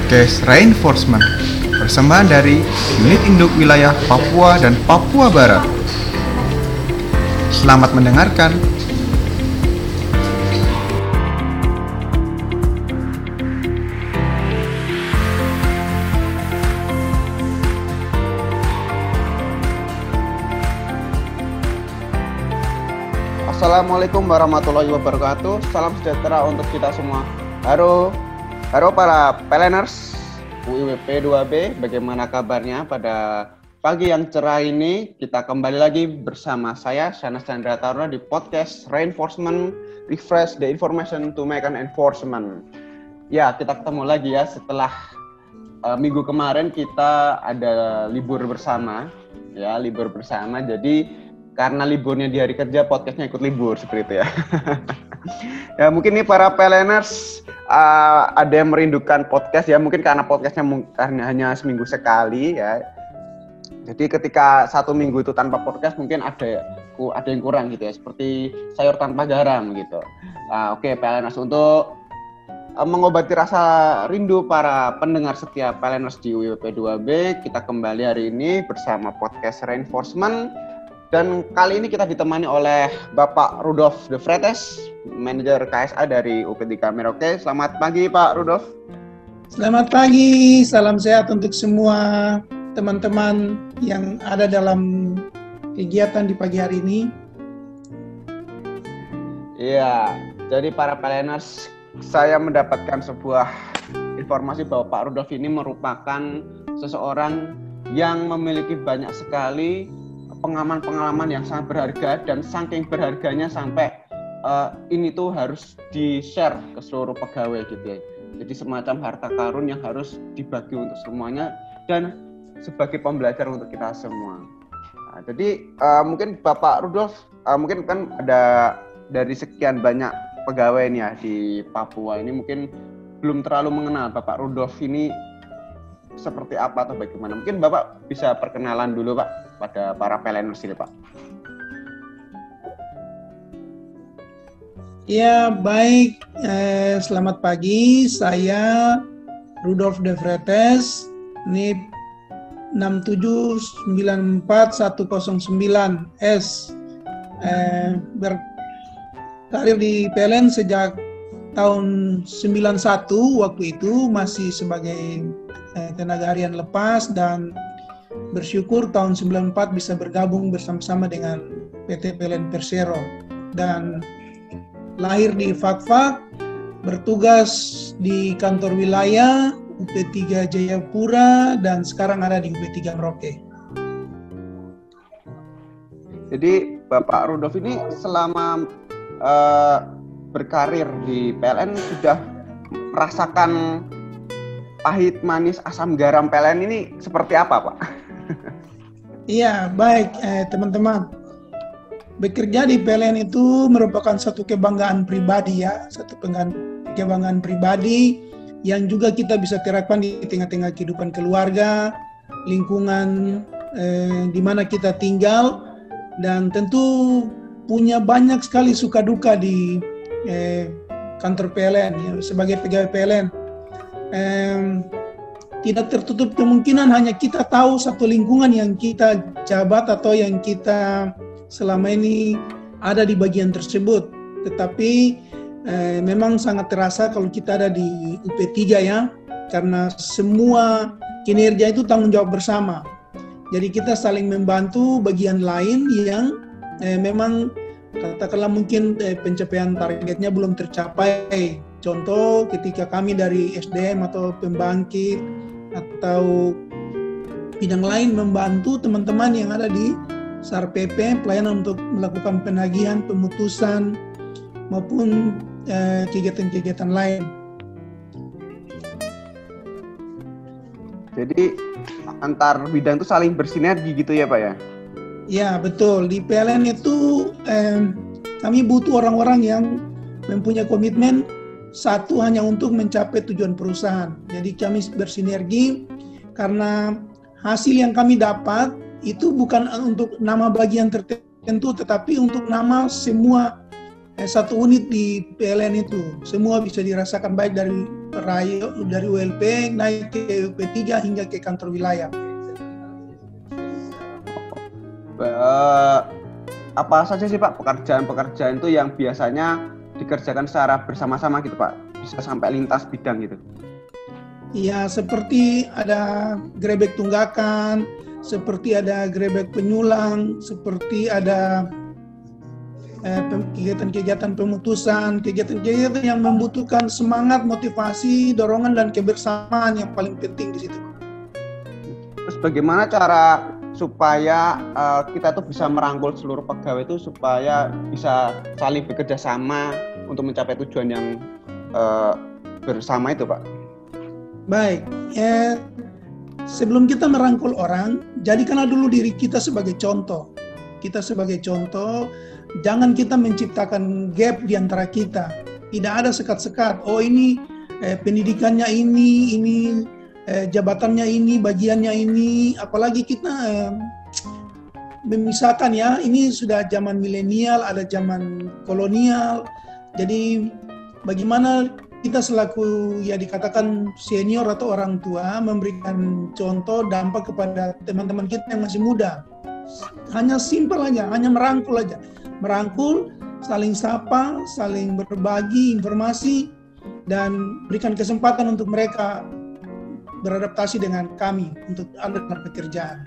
podcast Reinforcement, persembahan dari Unit Induk Wilayah Papua dan Papua Barat. Selamat mendengarkan. Assalamualaikum warahmatullahi wabarakatuh. Salam sejahtera untuk kita semua. Halo para peleners UIWP 2B, bagaimana kabarnya pada pagi yang cerah ini? Kita kembali lagi bersama saya, Shanas Chandra Taruna, di podcast Reinforcement, Refresh the Information to Make an Enforcement. Ya, kita ketemu lagi ya setelah minggu kemarin kita ada libur bersama. Ya, libur bersama. Jadi karena liburnya di hari kerja, podcastnya ikut libur seperti itu ya. Ya mungkin nih para peleners ada yang merindukan podcast ya, mungkin karena podcastnya hanya seminggu sekali ya. Jadi ketika satu minggu itu tanpa podcast mungkin ada yang kurang gitu ya, seperti sayur tanpa garam gitu. Oke, peleners, untuk mengobati rasa rindu para pendengar setia peleners di UIWP 2B, kita kembali hari ini bersama podcast Reinforcement. Dan kali ini kita ditemani oleh Bapak Rudolf De Vretes, manajer KSA dari UP3 Merauke. Selamat pagi Pak Rudolf. Selamat pagi, salam sehat untuk semua teman-teman yang ada dalam kegiatan di pagi hari ini. Iya, jadi para peleners, saya mendapatkan sebuah informasi bahwa Pak Rudolf ini merupakan seseorang yang memiliki banyak sekali pengalaman-pengalaman yang sangat berharga, dan saking berharganya sampai ini tuh harus di-share ke seluruh pegawai gitu ya. Jadi semacam harta karun yang harus dibagi untuk semuanya dan sebagai pembelajar untuk kita semua. Nah, jadi mungkin Bapak Rudolf, mungkin kan ada dari sekian banyak pegawai nih ya di Papua ini, mungkin belum terlalu mengenal Bapak Rudolf ini seperti apa atau bagaimana. Mungkin Bapak bisa perkenalan dulu Pak pada para peleners ini Pak. Ya baik, selamat pagi. Saya Rudolf De Vretes, NIP 6794109S. Berkarir di PLN sejak tahun 91, waktu itu masih sebagai tenaga harian lepas, dan bersyukur tahun 94 bisa bergabung bersama-sama dengan PT PLN Persero, dan lahir di Fakfak, bertugas di kantor wilayah UP3 Jayapura, dan sekarang ada di UP3 Merauke. Jadi Bapak Rudolf ini selama berkarir di PLN sudah merasakan pahit, manis, asam, garam PLN ini seperti apa Pak? Iya, baik teman-teman. Bekerja di PLN itu merupakan satu kebanggaan pribadi ya, kebanggaan pribadi yang juga kita bisa terapkan di tengah-tengah kehidupan keluarga, lingkungan di mana kita tinggal, dan tentu punya banyak sekali suka duka di kantor PLN ya, sebagai pegawai PLN. Tidak tertutup kemungkinan hanya kita tahu satu lingkungan yang kita jabat atau yang kita selama ini ada di bagian tersebut, tetapi memang sangat terasa kalau kita ada di UP3 ya, karena semua kinerja itu tanggung jawab bersama. Jadi kita saling membantu bagian lain yang memang katakanlah mungkin pencapaian targetnya belum tercapai. Contoh ketika kami dari SDM atau pembangkit atau bidang lain membantu teman-teman yang ada di SAR PP, pelayanan untuk melakukan penagihan, pemutusan, maupun kegiatan-kegiatan lain. Jadi antar bidang itu saling bersinergi gitu ya Pak ya? Ya betul, di PLN itu kami butuh orang-orang yang mempunyai komitmen satu hanya untuk mencapai tujuan perusahaan. Jadi kami bersinergi karena hasil yang kami dapat itu bukan untuk nama bagian tertentu, tetapi untuk nama semua satu unit di PLN itu semua bisa dirasakan baik dari ULP naik ke UP3 hingga ke kantor wilayah. Apa saja sih Pak pekerjaan-pekerjaan itu yang biasanya dikerjakan secara bersama-sama gitu Pak, bisa sampai lintas bidang gitu? Ya, seperti ada grebek tunggakan, seperti ada grebek penyulang, seperti ada kegiatan-kegiatan pemutusan, kegiatan-kegiatan yang membutuhkan semangat, motivasi, dorongan, dan kebersamaan yang paling penting di situ. Terus bagaimana cara supaya kita tuh bisa merangkul seluruh pegawai itu supaya bisa saling bekerja sama untuk mencapai tujuan yang bersama itu Pak? Baik, sebelum kita merangkul orang, jadikanlah dulu diri kita sebagai contoh. Kita sebagai contoh, jangan kita menciptakan gap di antara kita. Tidak ada sekat-sekat. Oh ini pendidikannya ini jabatannya ini, bagiannya ini. Apalagi kita memisahkan ya. Ini sudah zaman milenial, ada zaman kolonial. Jadi bagaimana kita selaku ya dikatakan senior atau orang tua memberikan contoh dampak kepada teman-teman kita yang masih muda. Hanya simpel aja, hanya merangkul aja. Merangkul, saling sapa, saling berbagi informasi, dan berikan kesempatan untuk mereka beradaptasi dengan kami untuk alat pekerjaan.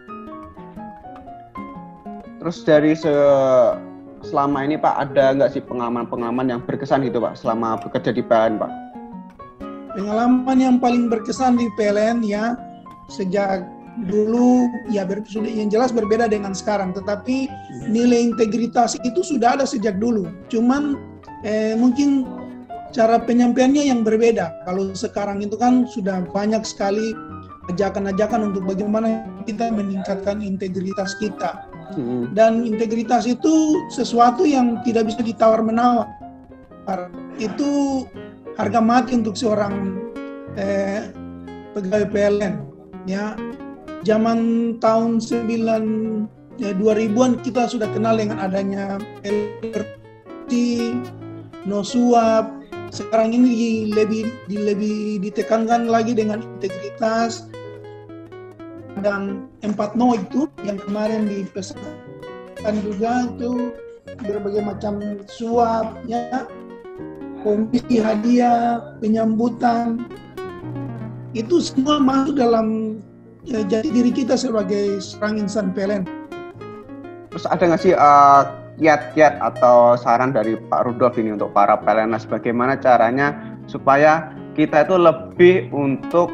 Terus dari selama ini Pak, ada nggak sih pengalaman-pengalaman yang berkesan gitu Pak selama bekerja di PLN Pak? Pengalaman yang paling berkesan di PLN ya, sejak dulu ya yang jelas berbeda dengan sekarang, tetapi nilai integritas itu sudah ada sejak dulu. Cuman mungkin cara penyampaiannya yang berbeda. Kalau sekarang itu kan sudah banyak sekali ajakan-ajakan untuk bagaimana kita meningkatkan integritas kita. Dan integritas itu sesuatu yang tidak bisa ditawar-menawar. Itu harga mati untuk seorang pegawai PLN. Ya, zaman tahun 2000-an kita sudah kenal dengan adanya LRT, no suap. Sekarang ini lebih ditekankan lagi dengan integritas. Dan 4 no itu yang kemarin dipesankan juga itu berbagai macam suap ya, komisi hadiah, penyambutan, itu semua masuk dalam jati diri kita sebagai seorang insan PLN. Terus ada nggak sih kiat-kiat atau saran dari Pak Rudolf ini untuk para PLNers bagaimana caranya supaya kita itu lebih untuk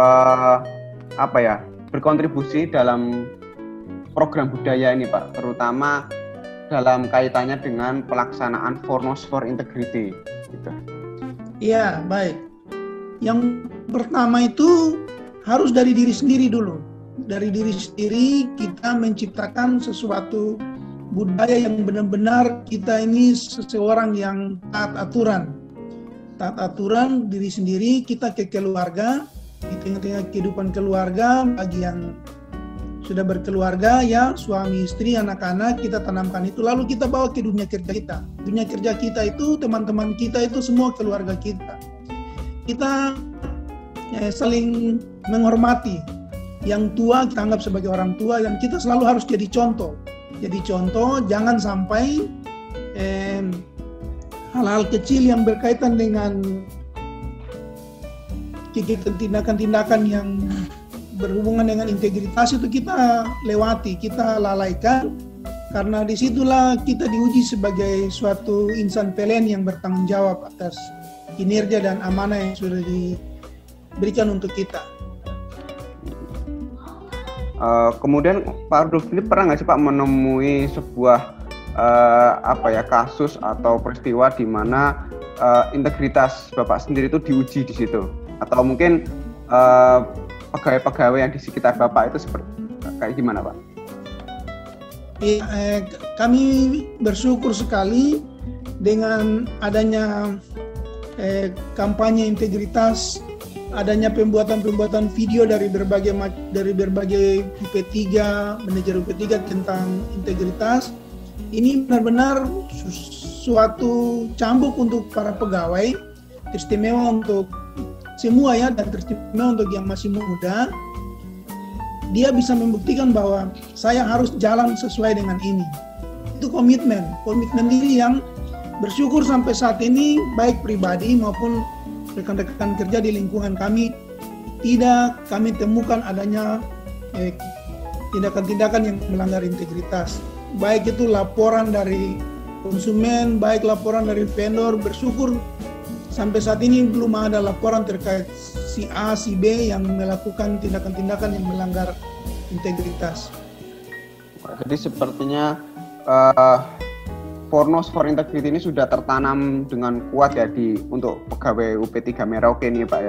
berkontribusi dalam program budaya ini Pak, terutama dalam kaitannya dengan pelaksanaan Fornos for Integrity gitu. Iya, baik. Yang pertama itu harus dari diri sendiri dulu. Dari diri sendiri kita menciptakan sesuatu budaya yang benar-benar kita ini seseorang yang taat aturan. Taat aturan diri sendiri, kita ke keluarga, di tengah-tengah kehidupan keluarga, bagi yang sudah berkeluarga ya, suami, istri, anak-anak, kita tanamkan itu, lalu kita bawa ke dunia kerja kita. Dunia kerja kita itu, teman-teman kita itu semua keluarga kita. Kita saling menghormati. Yang tua kita anggap sebagai orang tua, dan kita selalu harus jadi contoh. Jadi contoh, jangan sampai hal-hal kecil yang berkaitan dengan tindakan-tindakan yang berhubungan dengan integritas itu kita lewati, kita lalaikan, karena disitulah kita diuji sebagai suatu insan PLN yang bertanggung jawab atas kinerja dan amanah yang sudah diberikan untuk kita. Kemudian Pak Rudolf ini pernah nggak sih Pak menemui sebuah kasus atau peristiwa di mana integritas Bapak sendiri itu diuji di situ? Atau mungkin pegawai-pegawai yang di sekitar Bapak itu seperti kayak gimana Pak? Kami bersyukur sekali dengan adanya kampanye integritas, adanya pembuatan video dari berbagai UP3, manajer UP3 tentang integritas. Ini benar-benar suatu cambuk untuk para pegawai, teristimewa untuk semua ya, dan teristimewa untuk yang masih muda. Dia bisa membuktikan bahwa saya harus jalan sesuai dengan ini. Itu komitmen diri yang bersyukur sampai saat ini, baik pribadi maupun rekan-rekan kerja di lingkungan kami, tidak kami temukan adanya tindakan-tindakan yang melanggar integritas. Baik itu laporan dari konsumen, baik laporan dari vendor, bersyukur sampai saat ini belum ada laporan terkait si A, si B yang melakukan tindakan-tindakan yang melanggar integritas. Jadi sepertinya Fornos for Integrity ini sudah tertanam dengan kuat ya untuk pegawai UP3 Merauke ini Pak ya.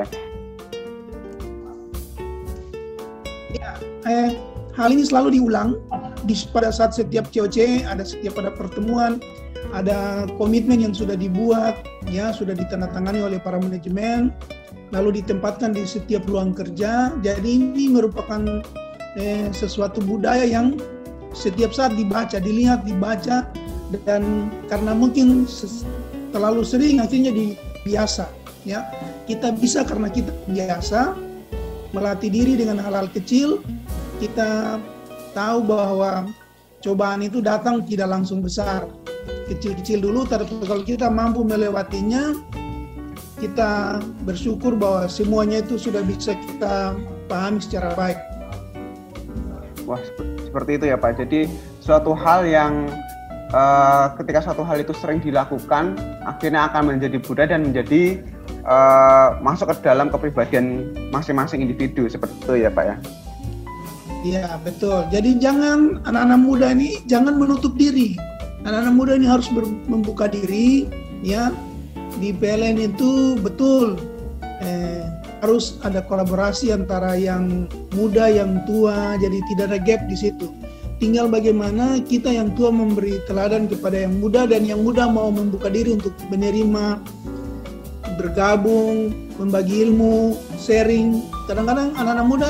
Ya, hal ini selalu diulang pada saat setiap COC, setiap ada pertemuan, ada komitmen yang sudah dibuat, ya sudah ditandatangani oleh para manajemen, lalu ditempatkan di setiap ruang kerja. Jadi ini merupakan sesuatu budaya yang setiap saat dilihat, dibaca, dan karena mungkin terlalu sering akhirnya biasa. Ya, kita bisa karena kita biasa melatih diri dengan hal-hal kecil. Kita tahu bahwa cobaan itu datang tidak langsung besar, kecil-kecil dulu, tapi kalau kita mampu melewatinya, kita bersyukur bahwa semuanya itu sudah bisa kita pahami secara baik. Wah, seperti itu ya Pak. Jadi suatu hal yang ketika suatu hal itu sering dilakukan, akhirnya akan menjadi budaya dan menjadi masuk ke dalam kepribadian masing-masing individu, seperti itu ya Pak ya. Iya, betul. Jadi jangan anak-anak muda ini jangan menutup diri. Anak-anak muda ini harus membuka diri, ya. Di PLN itu betul harus ada kolaborasi antara yang muda, yang tua. Jadi tidak ada gap di situ. Tinggal bagaimana kita yang tua memberi teladan kepada yang muda, dan yang muda mau membuka diri untuk menerima, bergabung, membagi ilmu, sharing. Kadang-kadang anak-anak muda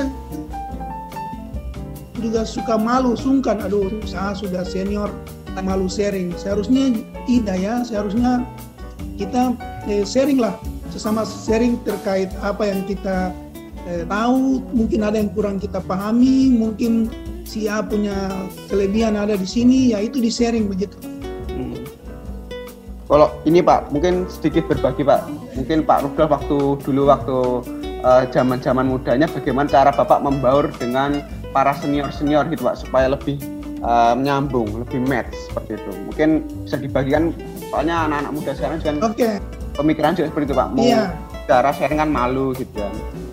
juga suka malu, sungkan, aduh saya sudah senior, malu sharing. Seharusnya tidak ya, seharusnya kita sharing lah, sesama sharing terkait apa yang kita tahu, mungkin ada yang kurang kita pahami, mungkin si A punya kelebihan ada di sini, ya itu di sharing begitu. Kalau ini Pak, mungkin sedikit berbagi Pak, mungkin Pak Rudolf waktu zaman-zaman mudanya, bagaimana cara Bapak membaur dengan para senior gitu Pak, supaya lebih menyambung, lebih match seperti itu. Mungkin bisa dibagikan, soalnya anak-anak muda sekarang juga pemikiran juga seperti itu Pak, mau cara sharing kan malu gitu kan.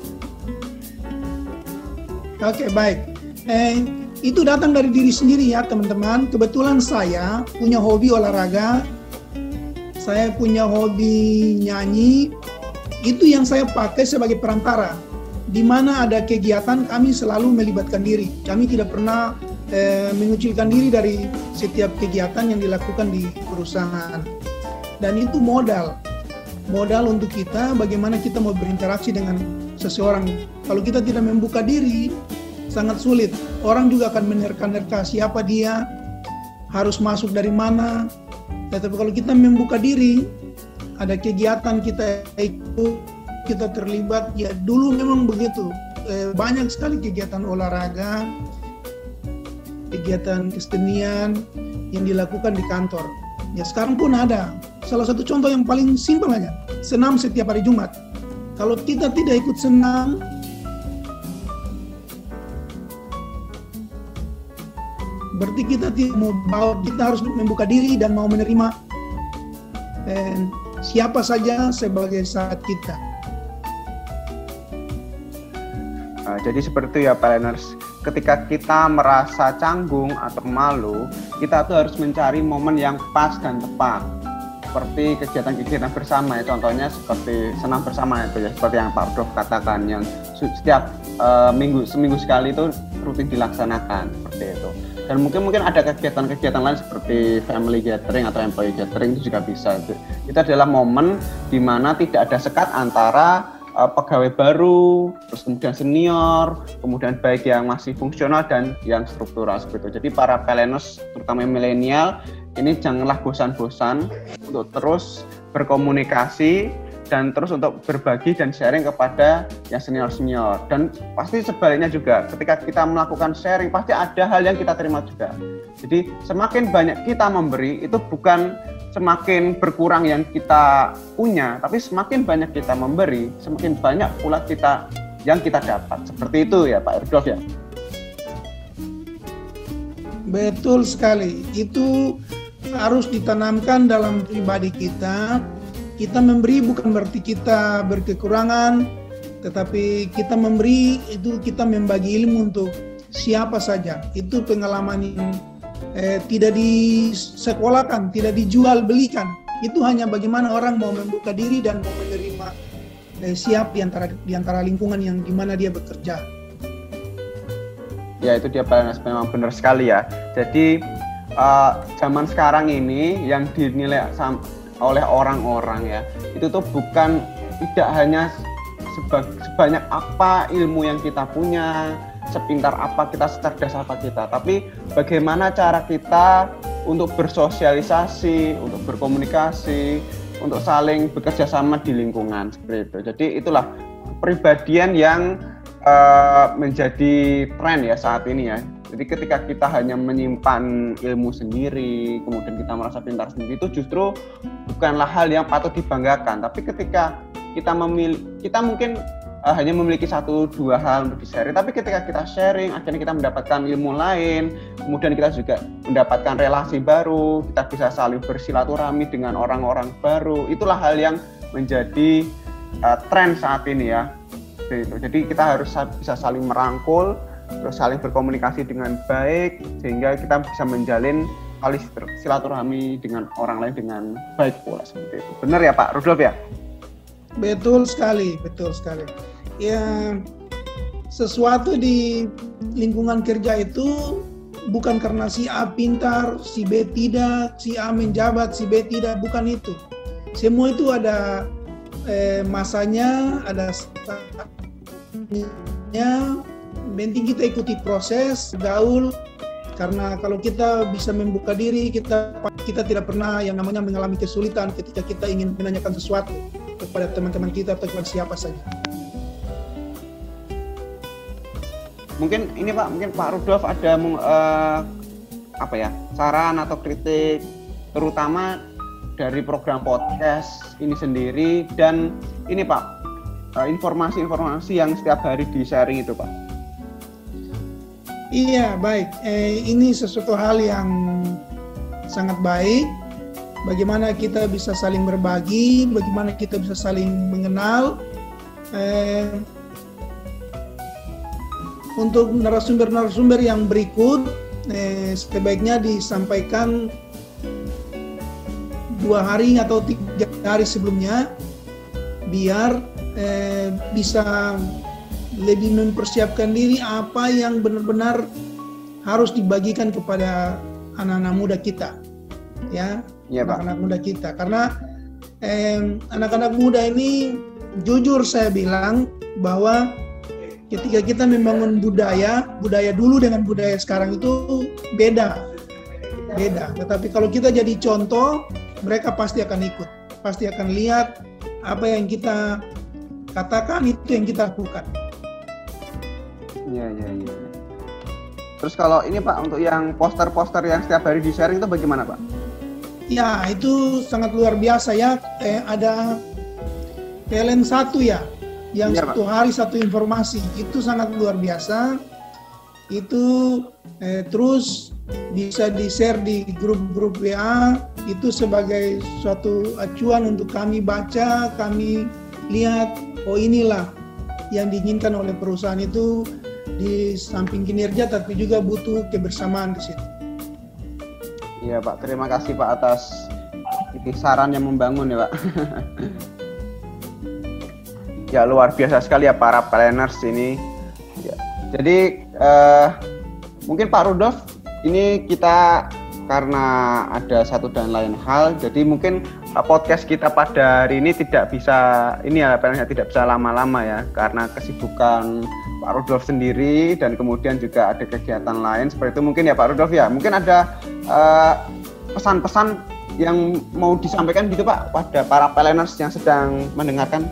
Oke, baik. Itu datang dari diri sendiri ya teman-teman. Kebetulan saya punya hobi olahraga, saya punya hobi nyanyi, itu yang saya pakai sebagai perantara. Di mana ada kegiatan, kami selalu melibatkan diri. Kami tidak pernah mengucilkan diri dari setiap kegiatan yang dilakukan di perusahaan. Dan itu modal untuk kita, bagaimana kita mau berinteraksi dengan seseorang. Kalau kita tidak membuka diri, sangat sulit. Orang juga akan menerka-nerka siapa dia, harus masuk dari mana. Tetapi kalau kita membuka diri, ada kegiatan kita ikut, kita terlibat, ya dulu memang begitu. Banyak sekali kegiatan olahraga, kegiatan kesenian yang dilakukan di kantor. Ya sekarang pun ada. Salah satu contoh yang paling simpel aja, senam setiap hari Jumat. Kalau kita tidak ikut senam, berarti kita tidak mau bawa, kita harus membuka diri dan mau menerima siapa saja sebagai sahabat kita. Jadi seperti itu ya PLNers, ketika kita merasa canggung atau malu, kita tuh harus mencari momen yang pas dan tepat. Seperti kegiatan-kegiatan bersama ya, contohnya seperti senam bersama itu ya, seperti yang Pak Rudolf katakan, yang setiap seminggu sekali itu rutin dilaksanakan seperti itu. Dan mungkin ada kegiatan-kegiatan lain seperti family gathering atau employee gathering, itu juga bisa. Itu adalah momen di mana tidak ada sekat antara pegawai baru, terus kemudian senior, kemudian baik yang masih fungsional dan yang struktural seperti itu. Jadi para peleners, terutama yang milenial, ini janganlah bosan-bosan untuk terus berkomunikasi dan terus untuk berbagi dan sharing kepada yang senior-senior. Dan pasti sebaliknya juga, ketika kita melakukan sharing, pasti ada hal yang kita terima juga. Jadi semakin banyak kita memberi, itu bukan semakin berkurang yang kita punya, tapi semakin banyak kita memberi, semakin banyak pula kita yang kita dapat. Seperti itu ya Pak Rudolf ya? Betul sekali. Itu harus ditanamkan dalam pribadi kita. Kita memberi bukan berarti kita berkekurangan, tetapi kita memberi itu kita membagi ilmu untuk siapa saja. Itu pengalaman yang tidak disekolahkan, tidak dijual belikan. Itu hanya bagaimana orang mau membuka diri dan mau menerima siap di antara lingkungan yang di mana dia bekerja. Ya, itu dia Pak, memang benar sekali ya. Jadi zaman sekarang ini yang dinilai oleh orang-orang ya, itu tuh bukan tidak hanya sebanyak apa ilmu yang kita punya, sepintar apa kita, secerdas apa kita, tapi bagaimana cara kita untuk bersosialisasi, untuk berkomunikasi, untuk saling bekerja sama di lingkungan seperti itu. Jadi itulah kepribadian yang menjadi tren ya saat ini ya. Jadi ketika kita hanya menyimpan ilmu sendiri, kemudian kita merasa pintar sendiri, itu justru bukanlah hal yang patut dibanggakan. Tapi ketika kita mungkin hanya memiliki 1-2 hal untuk di-sharing, tapi ketika kita sharing, akhirnya kita mendapatkan ilmu lain, kemudian kita juga mendapatkan relasi baru, kita bisa saling bersilaturahmi dengan orang-orang baru. Itulah hal yang menjadi tren saat ini ya. Jadi kita harus bisa saling merangkul, terus saling berkomunikasi dengan baik, sehingga kita bisa menjalin tali silaturahmi dengan orang lain dengan baik pula seperti itu. Benar ya Pak Rudolf ya? Betul sekali, betul sekali. Ya, sesuatu di lingkungan kerja itu bukan karena si A pintar, si B tidak, si A menjabat, si B tidak, bukan itu. Semua itu ada masanya, ada saatnya. Penting kita ikuti proses, gaul, karena kalau kita bisa membuka diri, kita tidak pernah yang namanya mengalami kesulitan ketika kita ingin menanyakan sesuatu kepada teman-teman kita atau kepada siapa saja. Mungkin Pak Rudolf ada saran atau kritik, terutama dari program podcast ini sendiri, dan ini Pak, informasi-informasi yang setiap hari di-sharing itu Pak. Iya, baik. Ini sesuatu hal yang sangat baik. Bagaimana kita bisa saling berbagi, bagaimana kita bisa saling mengenal. Untuk narasumber-narasumber yang berikut, sebaiknya disampaikan 2 hari atau 3 hari sebelumnya, biar bisa lebih mempersiapkan diri apa yang benar-benar harus dibagikan kepada anak-anak muda kita, ya, anak-anak muda kita. Karena anak-anak muda ini, jujur saya bilang bahwa ketika kita membangun budaya dulu dengan budaya sekarang itu beda. Tetapi kalau kita jadi contoh, mereka pasti akan ikut, pasti akan lihat apa yang kita katakan, itu yang kita lakukan. Iya. Terus kalau ini Pak, untuk yang poster-poster yang setiap hari di-sharing itu bagaimana Pak? Ya, itu sangat luar biasa ya. Ada PLN 1 ya, yang ya, satu hari satu informasi. Itu sangat luar biasa. Itu terus bisa di-share di grup-grup WA. Itu sebagai suatu acuan untuk kami baca, kami lihat, oh inilah yang diinginkan oleh perusahaan itu, di samping kinerja tapi juga butuh kebersamaan di situ. Iya Pak, terima kasih Pak atas saran yang membangun ya Pak. Ya luar biasa sekali ya para planners ini. Ya. Jadi mungkin Pak Rudolf, ini kita karena ada satu dan lain hal, jadi mungkin podcast kita pada hari ini tidak bisa tidak bisa lama-lama ya, karena kesibukan Pak Rudolf sendiri dan kemudian juga ada kegiatan lain seperti itu mungkin ya Pak Rudolf ya. Mungkin ada pesan-pesan yang mau disampaikan gitu Pak pada para peleners yang sedang mendengarkan.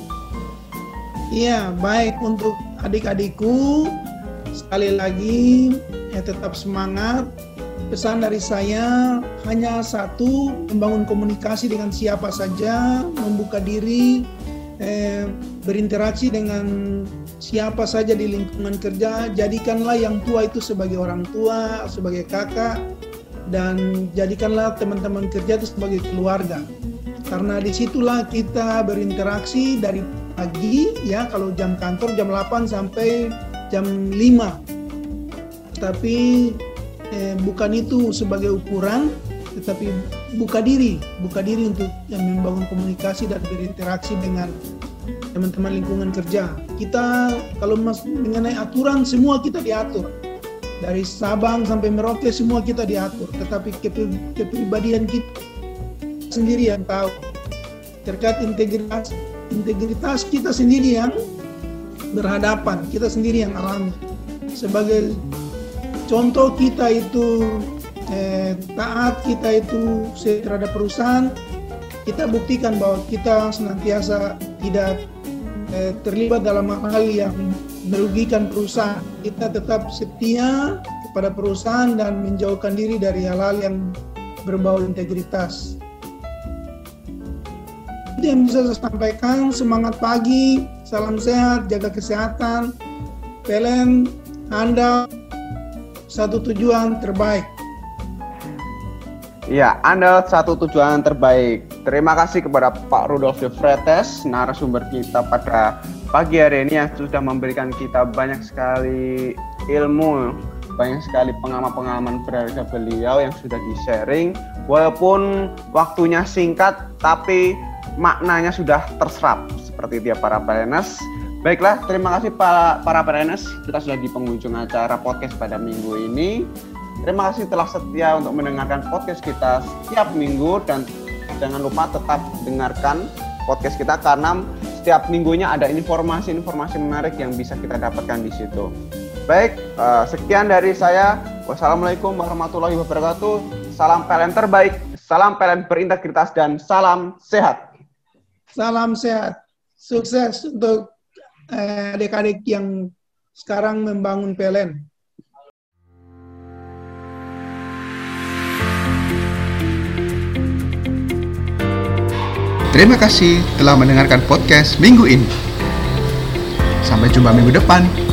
Iya, baik, untuk adik-adikku sekali lagi tetap semangat. Pesan dari saya hanya satu, membangun komunikasi dengan siapa saja, membuka diri, berinteraksi dengan siapa saja di lingkungan kerja. Jadikanlah yang tua itu sebagai orang tua, sebagai kakak, dan jadikanlah teman-teman kerja itu sebagai keluarga. Karena disitulah kita berinteraksi dari pagi ya, kalau jam kantor jam 8 sampai jam 5. Tapi bukan itu sebagai ukuran, tetapi buka diri untuk membangun komunikasi dan berinteraksi dengan teman-teman lingkungan kerja. Kita kalau mengenai aturan, semua kita diatur. Dari Sabang sampai Merauke semua kita diatur, tetapi kepribadian kita sendiri yang tahu. Terkait integritas kita sendiri yang berhadapan, kita sendiri yang alami. Sebagai contoh kita itu taat, kita itu terhadap perusahaan, kita buktikan bahwa kita senantiasa tidak terlibat dalam hal yang merugikan perusahaan. Kita tetap setia kepada perusahaan dan menjauhkan diri dari hal-hal yang berbau integritas. Itu yang bisa saya sampaikan. Semangat pagi, salam sehat, jaga kesehatan. Pelen, Anda satu tujuan terbaik. Ya, Anda satu tujuan terbaik. Terima kasih kepada Pak Rudolf de Vretes, narasumber kita pada pagi hari ini yang sudah memberikan kita banyak sekali ilmu, banyak sekali pengalaman-pengalaman berharga beliau yang sudah di-sharing. Walaupun waktunya singkat, tapi maknanya sudah terserap seperti itu ya para peleners. Baiklah, terima kasih para peleners. Kita sudah di penghujung acara podcast pada minggu ini. Terima kasih telah setia untuk mendengarkan podcast kita setiap minggu, dan jangan lupa tetap dengarkan podcast kita karena setiap minggunya ada informasi-informasi menarik yang bisa kita dapatkan di situ. Baik, sekian dari saya. Wassalamualaikum warahmatullahi wabarakatuh. Salam pelen terbaik, salam pelen berintegritas, dan salam sehat. Salam sehat, sukses untuk adik-adik yang sekarang membangun pelen. Terima kasih telah mendengarkan podcast minggu ini. Sampai jumpa minggu depan.